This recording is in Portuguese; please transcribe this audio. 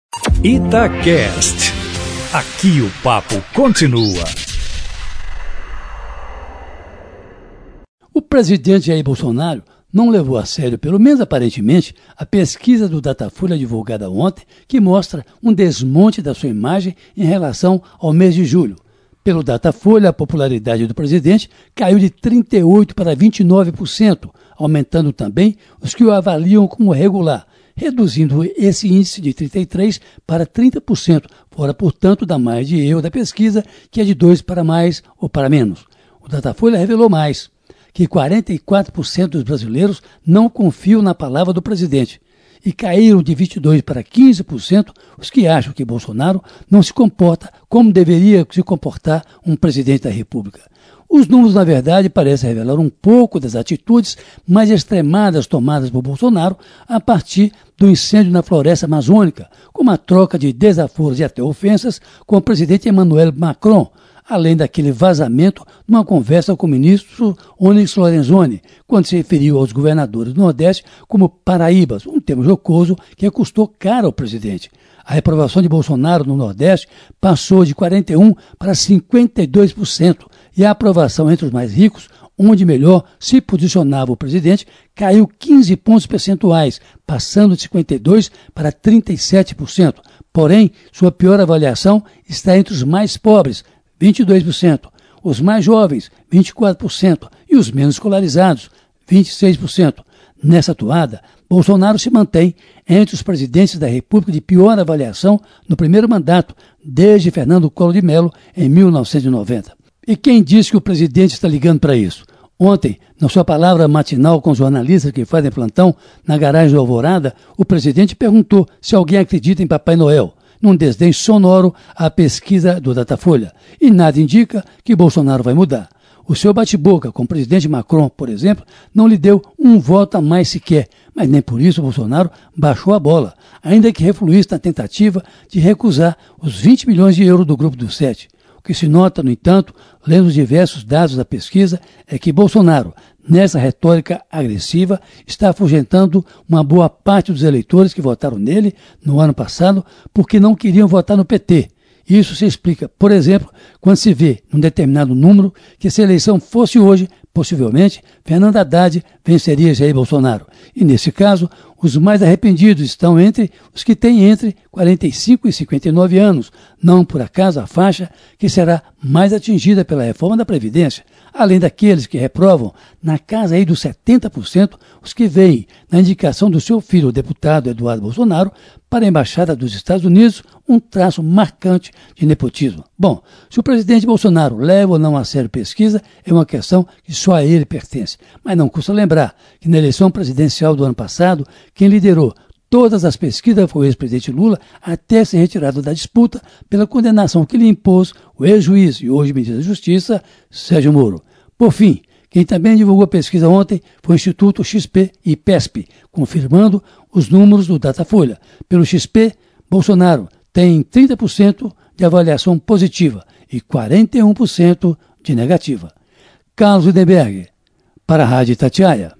Itacast. Aqui o papo continua. O presidente Jair Bolsonaro não levou a sério, pelo menos aparentemente, a pesquisa do Datafolha divulgada ontem, que mostra um desmonte da sua imagem em relação ao mês de julho. Pelo Datafolha, a popularidade do presidente caiu de 38% para 29%, aumentando também os que o avaliam como regular, reduzindo esse índice de 33% para 30%, fora, portanto, da margem de erro da pesquisa, que é de 2 para mais ou para menos. O Datafolha revelou mais, que 44% dos brasileiros não confiam na palavra do presidente, e caíram de 22% para 15% os que acham que Bolsonaro não se comporta como deveria se comportar um presidente da República. Os números, na verdade, parecem revelar um pouco das atitudes mais extremadas tomadas por Bolsonaro a partir do incêndio na floresta amazônica, como a troca de desaforos e até ofensas com o presidente Emmanuel Macron, além daquele vazamento numa conversa com o ministro Onyx Lorenzoni, quando se referiu aos governadores do Nordeste como paraíbas, um termo jocoso que custou caro ao presidente. A reprovação de Bolsonaro no Nordeste passou de 41% para 52%, e a aprovação entre os mais ricos, onde melhor se posicionava o presidente, caiu 15 pontos percentuais, passando de 52% para 37%. Porém, sua pior avaliação está entre os mais pobres, 22%, os mais jovens, 24%, e os menos escolarizados, 26%. Nessa toada, Bolsonaro se mantém entre os presidentes da República de pior avaliação no primeiro mandato, desde Fernando Collor de Mello, em 1990. E quem diz que o presidente está ligando para isso? Ontem, na sua palavra matinal com os jornalistas que fazem plantão na garagem do Alvorada, o presidente perguntou se alguém acredita em Papai Noel, num desdém sonoro à pesquisa do Datafolha. E nada indica que Bolsonaro vai mudar. O seu bate-boca com o presidente Macron, por exemplo, não lhe deu um voto a mais sequer, mas nem por isso Bolsonaro baixou a bola, ainda que refluísse na tentativa de recusar os 20 milhões de euros do Grupo dos 7. O que se nota, no entanto, lendo os diversos dados da pesquisa, é que Bolsonaro, nessa retórica agressiva, está afugentando uma boa parte dos eleitores que votaram nele no ano passado porque não queriam votar no PT. Isso se explica, por exemplo, quando se vê, num determinado número, que se a eleição fosse hoje, possivelmente, Fernando Haddad venceria Jair Bolsonaro. E, nesse caso, os mais arrependidos estão entre os que têm entre 45 e 59 anos, não por acaso a faixa que será mais atingida pela reforma da Previdência, além daqueles que reprovam, na casa aí dos 70%, os que veem na indicação do seu filho, o deputado Eduardo Bolsonaro, para a Embaixada dos Estados Unidos, um traço marcante de nepotismo. Bom, se o presidente Bolsonaro leva ou não a sério pesquisa, é uma questão que só a ele pertence. Mas não custa lembrar que na eleição presidencial do ano passado, quem liderou todas as pesquisas foi o ex-presidente Lula, até ser retirado da disputa pela condenação que lhe impôs o ex-juiz e hoje ministro da Justiça, Sérgio Moro. Por fim, quem também divulgou a pesquisa ontem foi o Instituto XP e PESP, confirmando os números do Datafolha. Pelo XP, Bolsonaro tem 30% de avaliação positiva e 41% de negativa. Carlos Lindenberg, para a Rádio Itatiaia.